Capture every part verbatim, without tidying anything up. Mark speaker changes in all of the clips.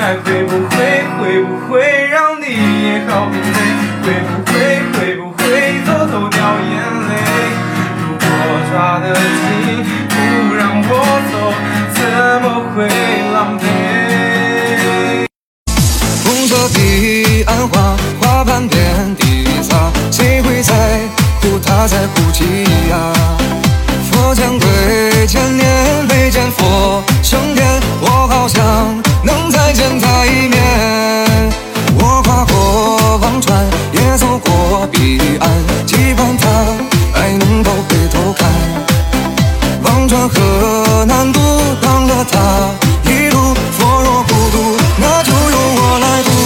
Speaker 1: 还会不会会不会让你也好疲惫？会不会会不会偷偷掉眼泪？如果抓得紧不让我走，怎么会狼狈？
Speaker 2: 红色彼岸花，花瓣遍地撒，谁会在乎他在哭泣呀？佛将归千年，未见佛升天，我好想能再见他一面。我跨过忘川，也走过彼岸，期盼他还能够回头看。忘川河难渡，让了他一路，佛若孤独，那就由我来渡。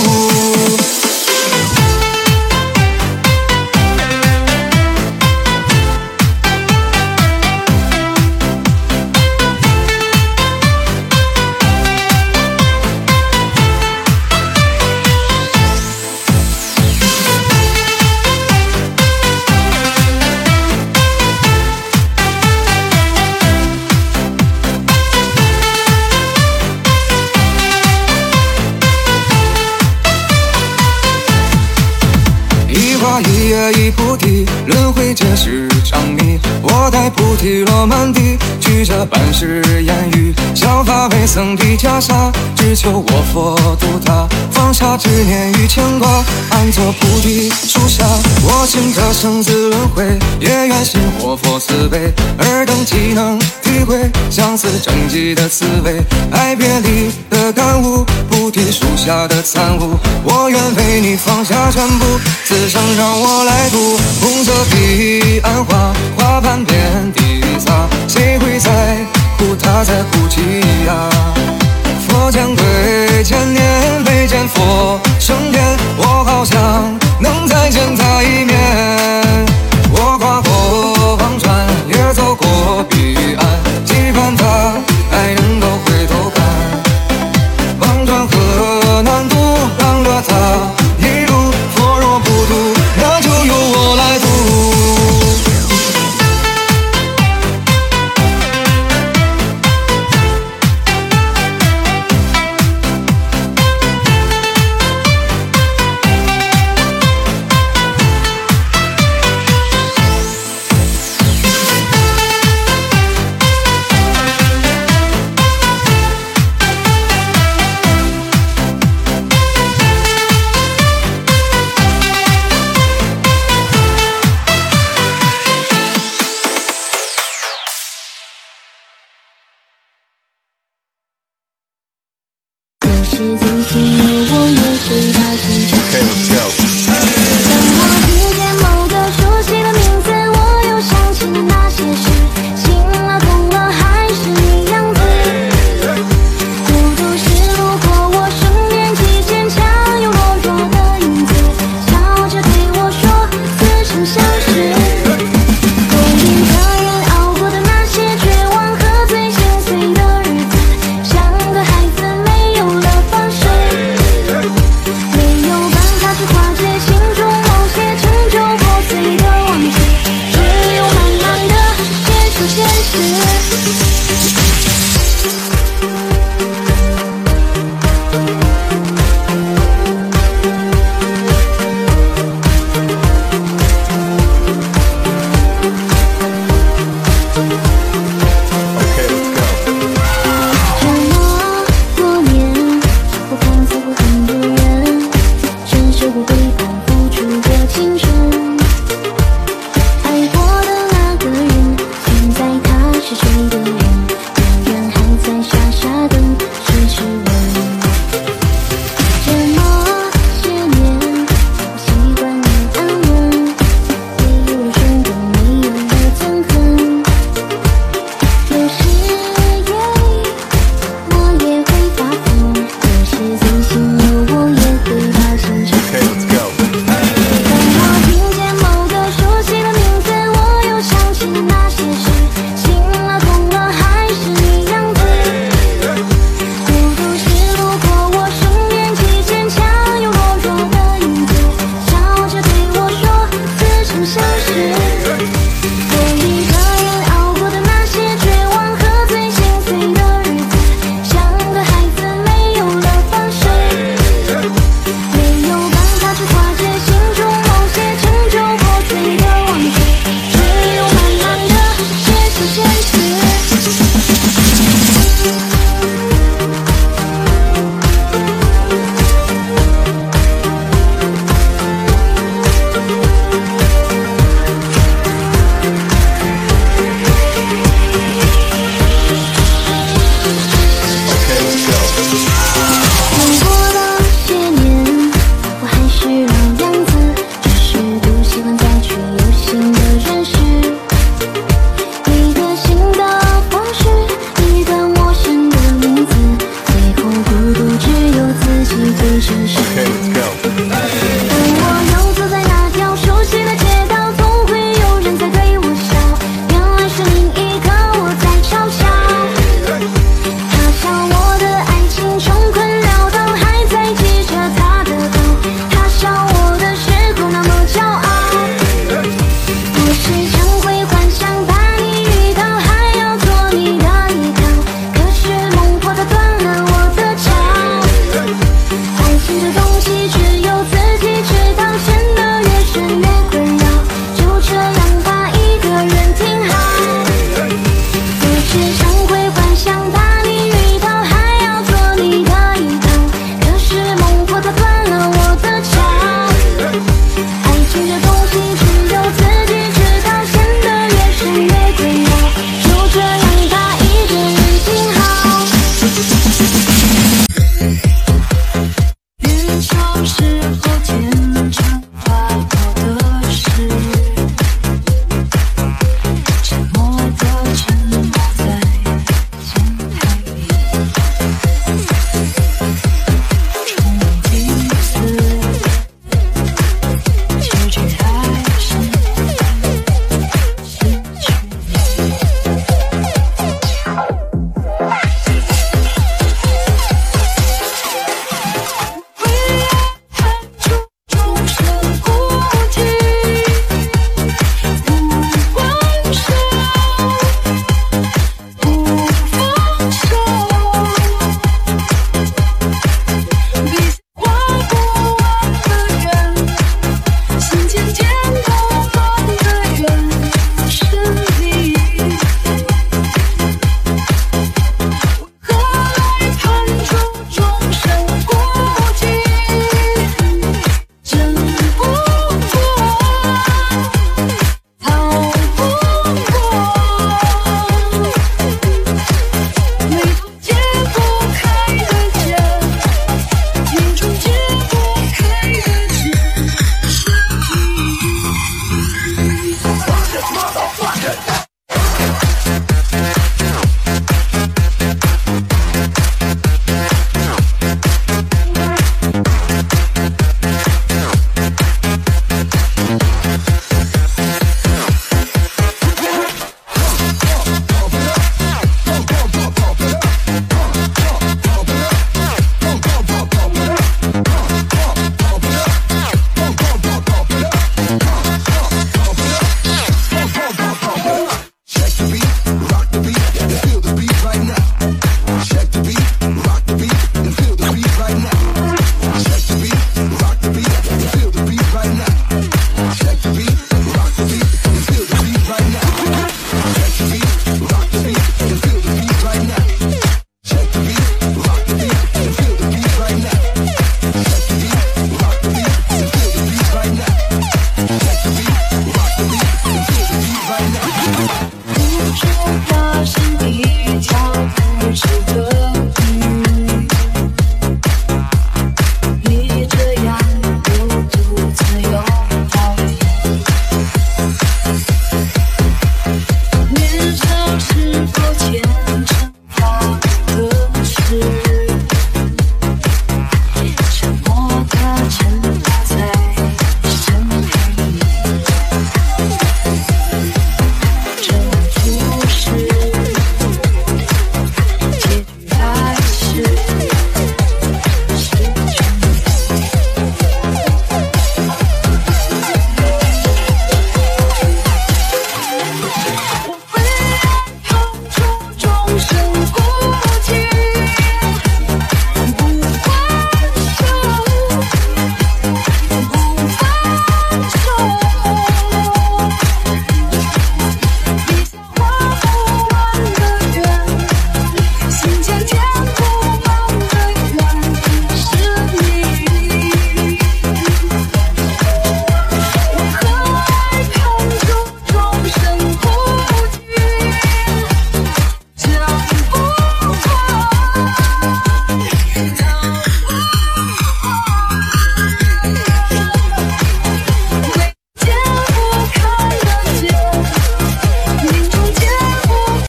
Speaker 2: 一叶一菩提，轮回皆是长谜。我待菩提落满地，举着半世言语。削发为僧披袈裟，只求我佛度他。放下执念与牵挂，安坐菩提树下。我信这生死轮回，也愿信我佛慈悲。尔等岂能体会相思成疾的滋味？爱别离的感悟，菩提树下的参悟。我愿为你放下全部，此生让我来渡。红色彼岸花，花瓣遍地撒，谁会在乎他在哭泣呀？佛将归千年，未见佛升天，我好想能再见他一面。我跨过忘川，也走过彼岸，期盼他还能够回头看。忘川河难渡，让了他一路，佛若不渡，那就由我来渡。
Speaker 3: 是今天。